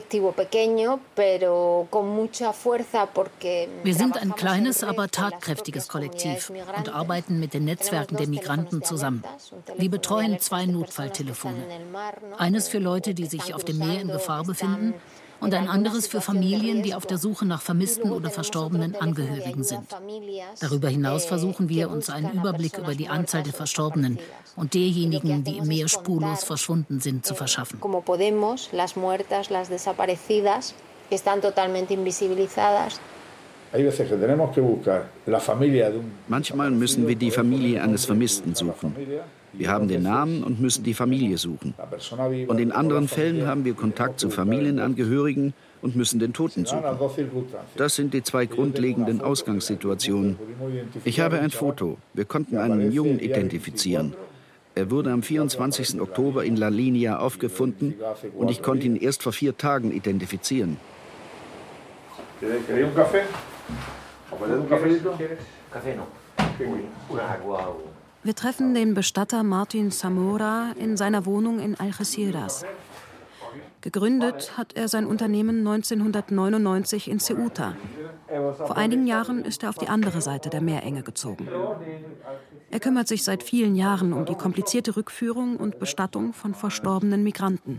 sind ein kleines, aber tatkräftiges Kollektiv und arbeiten mit den Netzwerken der Migranten zusammen. Wir betreuen 2 Notfalltelefone. Eines für Leute, die sich auf dem Meer in Gefahr befinden, und ein anderes für Familien, die auf der Suche nach vermissten oder verstorbenen Angehörigen sind. Darüber hinaus versuchen wir, uns einen Überblick über die Anzahl der Verstorbenen und derjenigen, die im Meer spurlos verschwunden sind, zu verschaffen.
Manchmal müssen wir die Familie eines Vermissten suchen. Wir haben den Namen und müssen die Familie suchen. Und in anderen Fällen haben wir Kontakt zu Familienangehörigen und müssen den Toten suchen. Das sind die 2 grundlegenden Ausgangssituationen. Ich habe ein Foto. Wir konnten einen Jungen identifizieren. Er wurde am 24. Oktober in La Línea aufgefunden und ich konnte ihn erst vor 4 Tagen identifizieren.
Wir treffen den Bestatter Martin Zamora in seiner Wohnung in Algeciras. Gegründet hat er sein Unternehmen 1999 in Ceuta. Vor einigen Jahren ist er auf die andere Seite der Meerenge gezogen. Er kümmert sich seit vielen Jahren um die komplizierte Rückführung und Bestattung von verstorbenen Migranten.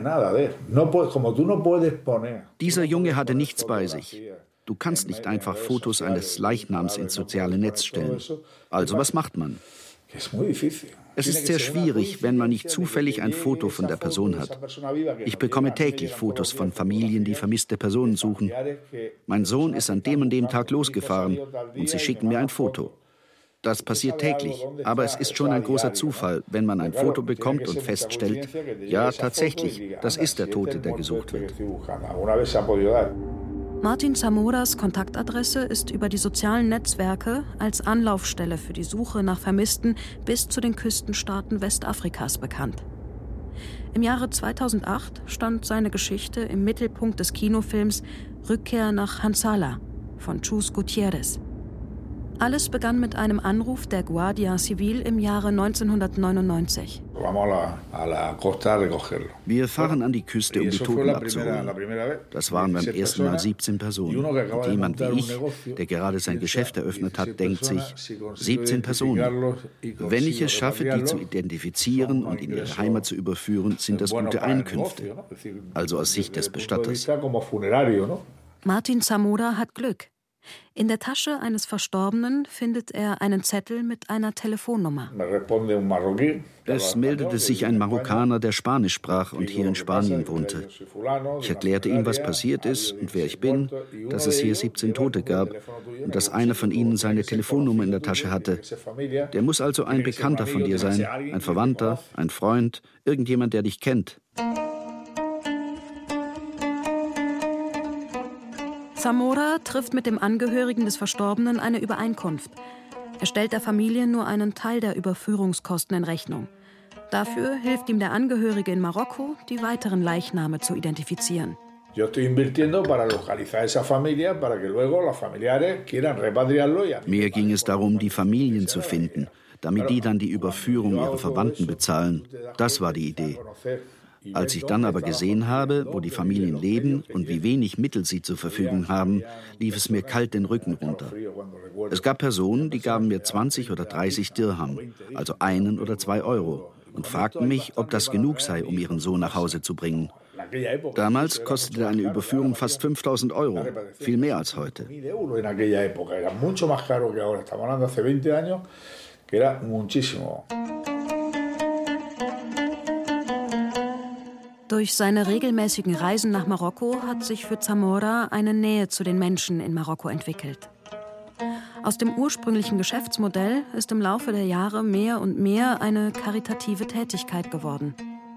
Dieser Junge hatte nichts bei sich. Du kannst nicht einfach Fotos eines Leichnams ins soziale Netz stellen. Also was macht man? Es ist sehr schwierig, wenn man nicht zufällig ein Foto von der Person hat. Ich bekomme täglich Fotos von Familien, die vermisste Personen suchen. Mein Sohn ist an dem und dem Tag losgefahren und sie schicken mir ein Foto. Das passiert täglich, aber es ist schon ein großer Zufall, wenn man ein Foto bekommt und feststellt, ja, tatsächlich, das ist der Tote, der gesucht wird.
Martin Zamoras Kontaktadresse ist über die sozialen Netzwerke als Anlaufstelle für die Suche nach Vermissten bis zu den Küstenstaaten Westafrikas bekannt. Im Jahre 2008 stand seine Geschichte im Mittelpunkt des Kinofilms Rückkehr nach Hansala von Chus Gutierrez. Alles begann mit einem Anruf der Guardia Civil im Jahre 1999.
Wir fahren an die Küste, um die Toten abzuholen. Das waren beim ersten Mal 17 Personen. Und jemand wie ich, der gerade sein Geschäft eröffnet hat, denkt sich, 17 Personen. Wenn ich es schaffe, die zu identifizieren und in ihre Heimat zu überführen, sind das gute Einkünfte. Also aus Sicht des Bestatters.
Martin Zamora hat Glück. In der Tasche eines Verstorbenen findet er einen Zettel mit einer Telefonnummer.
Es meldete sich ein Marokkaner, der Spanisch sprach und hier in Spanien wohnte. Ich erklärte ihm, was passiert ist und wer ich bin, dass es hier 17 Tote gab und dass einer von ihnen seine Telefonnummer in der Tasche hatte. Der muss also ein Bekannter von dir sein, ein Verwandter, ein Freund, irgendjemand, der dich kennt.
Zamora trifft mit dem Angehörigen des Verstorbenen eine Übereinkunft. Er stellt der Familie nur einen Teil der Überführungskosten in Rechnung. Dafür hilft ihm der Angehörige in Marokko, die weiteren Leichname zu identifizieren.
Mir ging es darum, die Familien zu finden, damit die dann die Überführung ihrer Verwandten bezahlen. Das war die Idee. Als ich dann aber gesehen habe, wo die Familien leben und wie wenig Mittel sie zur Verfügung haben, lief es mir kalt den Rücken runter. Es gab Personen, die gaben mir 20 oder 30 Dirham, also 1 oder 2 Euro, und fragten mich, ob das genug sei, um ihren Sohn nach Hause zu bringen. Damals kostete eine Überführung fast 5.000 Euro, viel mehr als heute.
Durch seine regelmäßigen Reisen nach Marokko hat sich für Zamora eine Nähe zu den Menschen in Marokko entwickelt. Aus dem ursprünglichen Geschäftsmodell ist im Laufe der Jahre mehr und mehr eine karitative Tätigkeit geworden.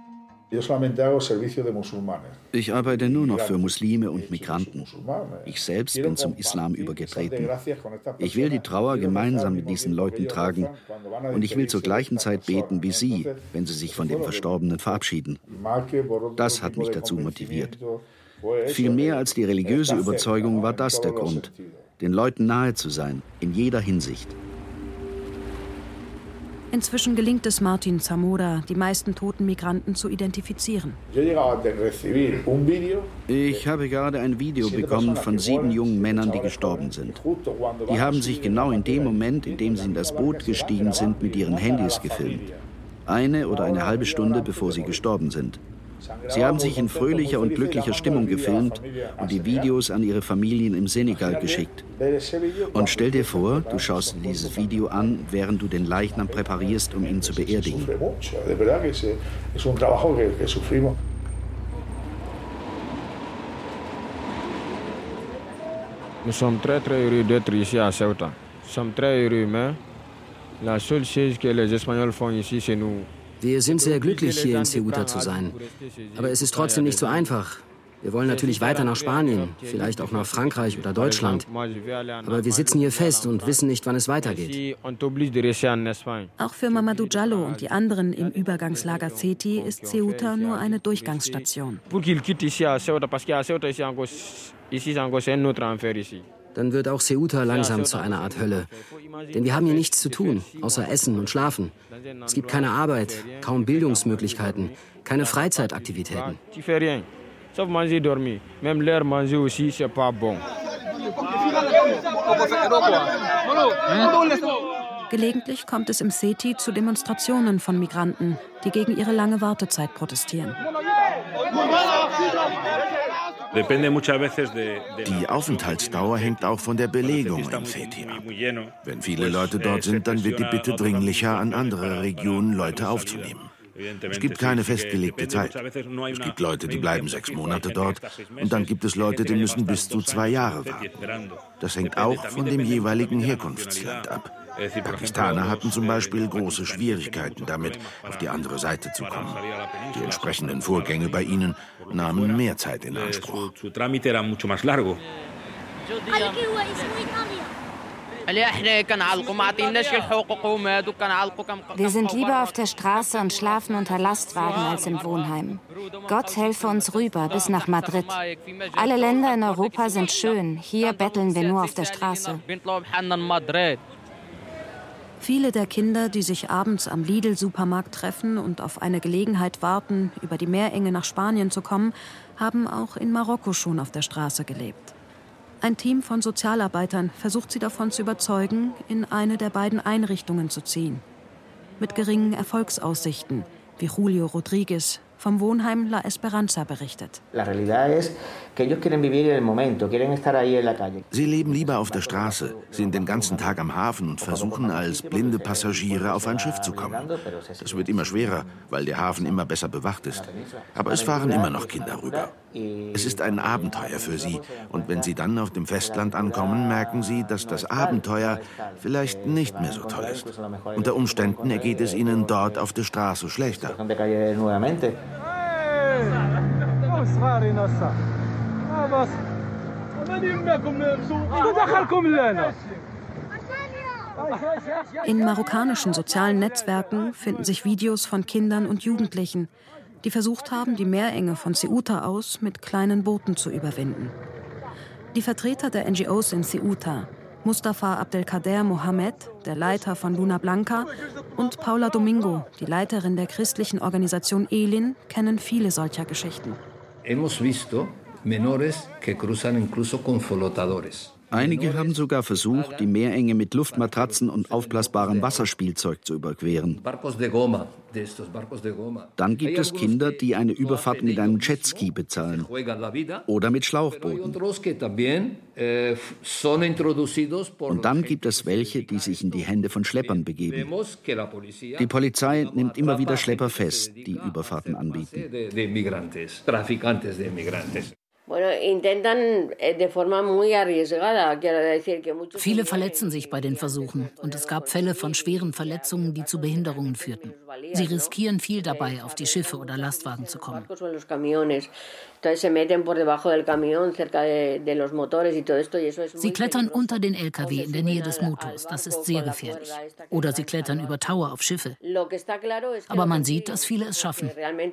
Ich arbeite nur noch für Muslime und Migranten. Ich selbst bin zum Islam übergetreten. Ich will die Trauer gemeinsam mit diesen Leuten tragen und ich will zur gleichen Zeit beten wie sie, wenn sie sich von dem Verstorbenen verabschieden. Das hat mich dazu motiviert. Viel mehr als die religiöse Überzeugung war das der Grund, den Leuten nahe zu sein, in jeder Hinsicht.
Inzwischen gelingt es Martin Zamora, die meisten toten Migranten zu identifizieren.
Ich habe gerade ein Video bekommen von 7 jungen Männern, die gestorben sind. Die haben sich genau in dem Moment, in dem sie in das Boot gestiegen sind, mit ihren Handys gefilmt. 1 oder eine halbe Stunde, bevor sie gestorben sind. Sie haben sich in fröhlicher und glücklicher Stimmung gefilmt und die Videos an ihre Familien im Senegal geschickt. Und stell dir vor, du schaust dir dieses Video an, während du den Leichnam präparierst, um ihn zu beerdigen.
Nous sommes très heureux d'être ici à Ceuta. Nous sommes très heureux, mais la seule chose que les Espagnols font ici, c'est nous.
Wir sind sehr glücklich, hier in Ceuta zu sein. Aber es ist trotzdem nicht so einfach. Wir wollen natürlich weiter nach Spanien, vielleicht auch nach Frankreich oder Deutschland. Aber wir sitzen hier fest und wissen nicht, wann es weitergeht.
Auch für Mamadou Diallo und die anderen im Übergangslager Zeti ist Ceuta nur eine Durchgangsstation.
Dann wird auch Ceuta langsam zu einer Art Hölle. Denn wir haben hier nichts zu tun, außer Essen und Schlafen. Es gibt keine Arbeit, kaum Bildungsmöglichkeiten, keine Freizeitaktivitäten.
Gelegentlich kommt es im Seti zu Demonstrationen von Migranten, die gegen ihre lange Wartezeit protestieren.
Die Aufenthaltsdauer hängt auch von der Belegung im Seti ab. Wenn viele Leute dort sind, dann wird die Bitte dringlicher, an andere Regionen Leute aufzunehmen. Es gibt keine festgelegte Zeit. Es gibt Leute, die bleiben 6 Monate dort und dann gibt es Leute, die müssen bis zu 2 Jahre warten. Das hängt auch von dem jeweiligen Herkunftsland ab. Pakistaner hatten zum Beispiel große Schwierigkeiten damit, auf die andere Seite zu kommen. Die entsprechenden Vorgänge bei ihnen nahmen mehr Zeit in Anspruch.
Wir sind lieber auf der Straße und schlafen unter Lastwagen als im Wohnheim. Gott helfe uns rüber bis nach Madrid. Alle Länder in Europa sind schön. Hier betteln wir nur auf der Straße.
Viele der Kinder, die sich abends am Lidl-Supermarkt treffen und auf eine Gelegenheit warten, über die Meerenge nach Spanien zu kommen, haben auch in Marokko schon auf der Straße gelebt. Ein Team von Sozialarbeitern versucht sie davon zu überzeugen, in eine der beiden Einrichtungen zu ziehen. Mit geringen Erfolgsaussichten, wie Julio Rodriguez vom Wohnheim La Esperanza berichtet.
Sie leben lieber auf der Straße, sind den ganzen Tag am Hafen und versuchen als blinde Passagiere auf ein Schiff zu kommen. Das wird immer schwerer, weil der Hafen immer besser bewacht ist. Aber es fahren immer noch Kinder rüber. Es ist ein Abenteuer für sie. Und wenn sie dann auf dem Festland ankommen, merken sie, dass das Abenteuer vielleicht nicht mehr so toll ist. Unter Umständen ergeht es ihnen dort auf der Straße schlechter.
In marokkanischen sozialen Netzwerken finden sich Videos von Kindern und Jugendlichen, die versucht haben, die Meerenge von Ceuta aus mit kleinen Booten zu überwinden. Die Vertreter der NGOs in Ceuta, Mustafa Abdelkader Mohamed, der Leiter von Luna Blanca, und Paula Domingo, die Leiterin der christlichen Organisation ELIN, kennen viele solcher Geschichten.
Einige haben sogar versucht, die Meerenge mit Luftmatratzen und aufblasbarem Wasserspielzeug zu überqueren. Dann gibt es Kinder, die eine Überfahrt mit einem Jetski bezahlen oder mit Schlauchbooten. Und dann gibt es welche, die sich in die Hände von Schleppern begeben. Die Polizei nimmt immer wieder Schlepper fest, die Überfahrten anbieten.
Viele verletzen sich bei den Versuchen und es gab Fälle von schweren Verletzungen, die zu Behinderungen führten. Sie riskieren viel dabei, auf die Schiffe oder Lastwagen zu kommen. Sie klettern unter den LKW in der Nähe des Motors. Das ist sehr gefährlich. Oder sie klettern über Tower auf Schiffe. Aber man sieht, dass viele es schaffen.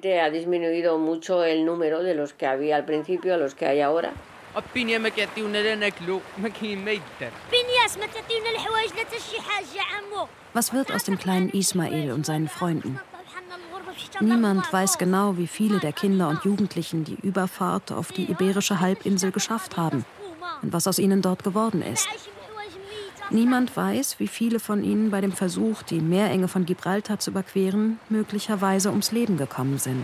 Was wird aus dem kleinen Ismail und seinen Freunden? Niemand weiß genau, wie viele der Kinder und Jugendlichen die Überfahrt auf die Iberische Halbinsel geschafft haben und was aus ihnen dort geworden ist. Niemand weiß, wie viele von ihnen bei dem Versuch, die Meerenge von Gibraltar zu überqueren, möglicherweise ums Leben gekommen sind.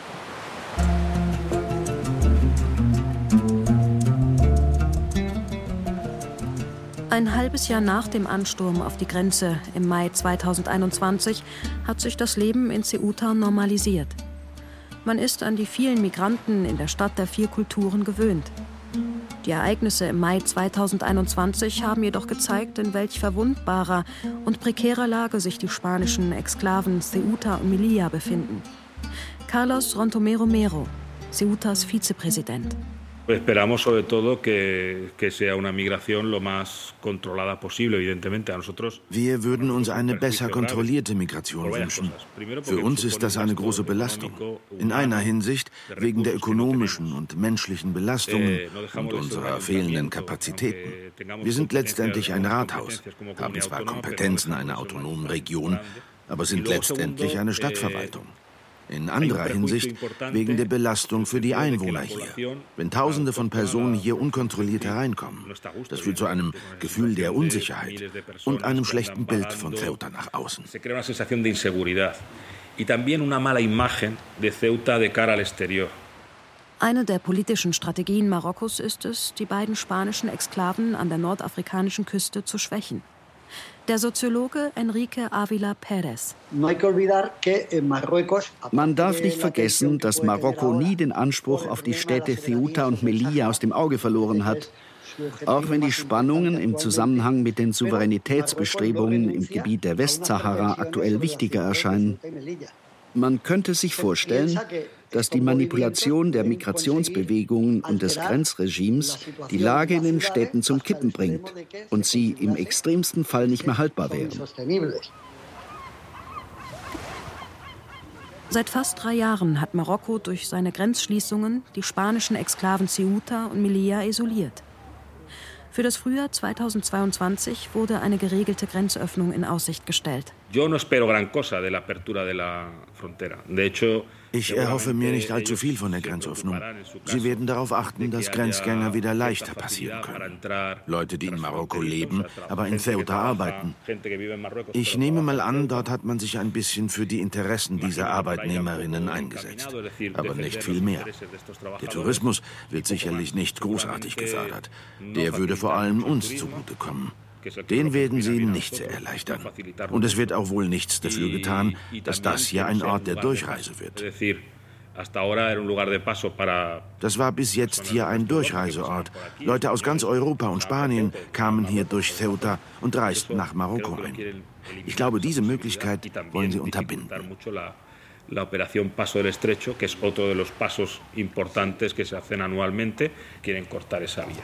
Ein halbes Jahr nach dem Ansturm auf die Grenze im Mai 2021 hat sich das Leben in Ceuta normalisiert. Man ist an die vielen Migranten in der Stadt der 4 Kulturen gewöhnt. Die Ereignisse im Mai 2021 haben jedoch gezeigt, in welch verwundbarer und prekärer Lage sich die spanischen Exklaven Ceuta und Melilla befinden. Carlos Rontomero Mero, Ceutas Vizepräsident.
Esperamos sobre todo que sea una migración lo más controlada posible, evidentemente. A nosotros.
Wir würden uns eine besser kontrollierte Migration wünschen. Für uns ist das eine große Belastung. In einer Hinsicht wegen der ökonomischen und menschlichen Belastungen und unserer fehlenden Kapazitäten. Wir sind letztendlich ein Rathaus, haben zwar Kompetenzen einer autonomen Region, aber sind letztendlich eine Stadtverwaltung. In anderer Hinsicht wegen der Belastung für die Einwohner hier. Wenn Tausende von Personen hier unkontrolliert hereinkommen, das führt zu einem Gefühl der Unsicherheit und einem schlechten Bild von Ceuta nach außen.
Eine der politischen Strategien Marokkos ist es, die beiden spanischen Exklaven an der nordafrikanischen Küste zu schwächen. Der Soziologe Enrique Ávila Pérez.
Man darf nicht vergessen, dass Marokko nie den Anspruch auf die Städte Ceuta und Melilla aus dem Auge verloren hat Auch wenn die Spannungen im Zusammenhang mit den Souveränitätsbestrebungen im Gebiet der Westsahara aktuell wichtiger erscheinen. Man könnte sich vorstellen, dass die Manipulation der Migrationsbewegungen und des Grenzregimes die Lage in den Städten zum Kippen bringt und sie im extremsten Fall nicht mehr haltbar wären.
Seit fast 3 Jahren hat Marokko durch seine Grenzschließungen die spanischen Exklaven Ceuta und Melilla isoliert. Für das Frühjahr 2022 wurde eine geregelte Grenzöffnung in Aussicht gestellt.
Ich erhoffe mir nicht allzu viel von der Grenzöffnung. Sie werden darauf achten, dass Grenzgänger wieder leichter passieren können. Leute, die in Marokko leben, aber in Ceuta arbeiten. Ich nehme mal an, dort hat man sich ein bisschen für die Interessen dieser Arbeitnehmerinnen eingesetzt. Aber nicht viel mehr. Der Tourismus wird sicherlich nicht großartig gefördert. Der würde vor allem uns zugutekommen. Den werden sie nicht sehr erleichtern. Und es wird auch wohl nichts dafür getan, dass das hier ein Ort der Durchreise wird. Das war bis jetzt hier ein Durchreiseort. Leute aus ganz Europa und Spanien kamen hier durch Ceuta und reisten nach Marokko ein. Ich glaube, diese Möglichkeit wollen sie unterbinden.
La operación Paso del Estrecho, que es otro de los pasos importantes que se hacen anualmente, quieren cortar esa vía.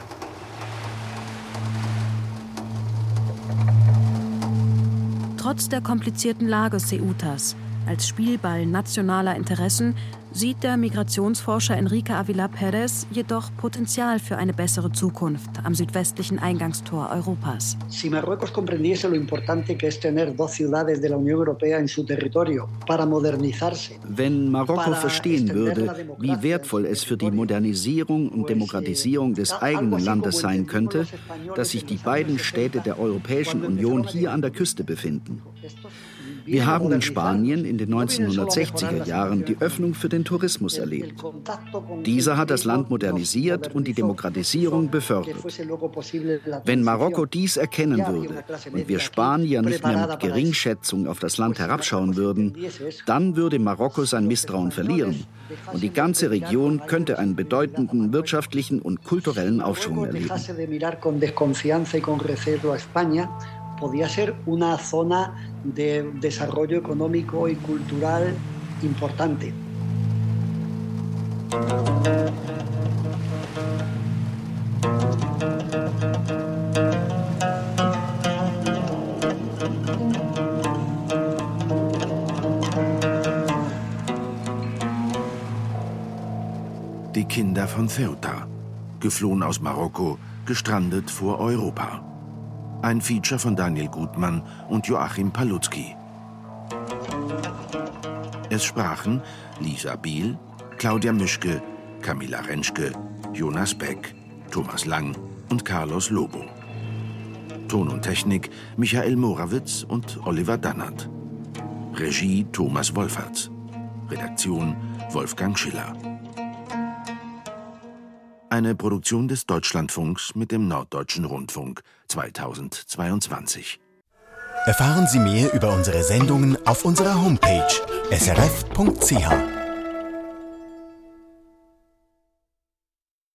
Trotz der komplizierten Lage Ceutas als Spielball nationaler Interessen sieht der Migrationsforscher Enrique Avila Pérez jedoch Potenzial für eine bessere Zukunft am südwestlichen Eingangstor Europas.
Si Marruecos comprendiese lo importante que es tener 2 ciudades de la Unión Europea en su territorio para modernizarse.
Wenn Marokko verstehen würde, wie wertvoll es für die Modernisierung und Demokratisierung des eigenen Landes sein könnte, dass sich die beiden Städte der Europäischen Union hier an der Küste befinden. Wir haben in Spanien in den 1960er Jahren die Öffnung für den Tourismus erlebt. Dieser hat das Land modernisiert und die Demokratisierung befördert. Wenn Marokko dies erkennen würde und wir Spanier nicht mehr mit Geringschätzung auf das Land herabschauen würden, dann würde Marokko sein Misstrauen verlieren und die ganze Region könnte einen bedeutenden wirtschaftlichen und kulturellen Aufschwung erleben.
Podía ser una zona de desarrollo económico y cultural importante.
Die Kinder von Ceuta, geflohen aus Marokko, gestrandet vor Europa. Ein Feature von Daniel Gutmann und Joachim Palutzky. Es sprachen Lisa Biel, Claudia Mischke, Camilla Rentschke, Jonas Beck, Thomas Lang und Carlos Lobo. Ton und Technik Michael Morawitz und Oliver Dannert. Regie Thomas Wolferts. Redaktion Wolfgang Schiller. Eine Produktion des Deutschlandfunks mit dem Norddeutschen Rundfunk 2022.
Erfahren Sie mehr über unsere Sendungen auf unserer Homepage srf.ch.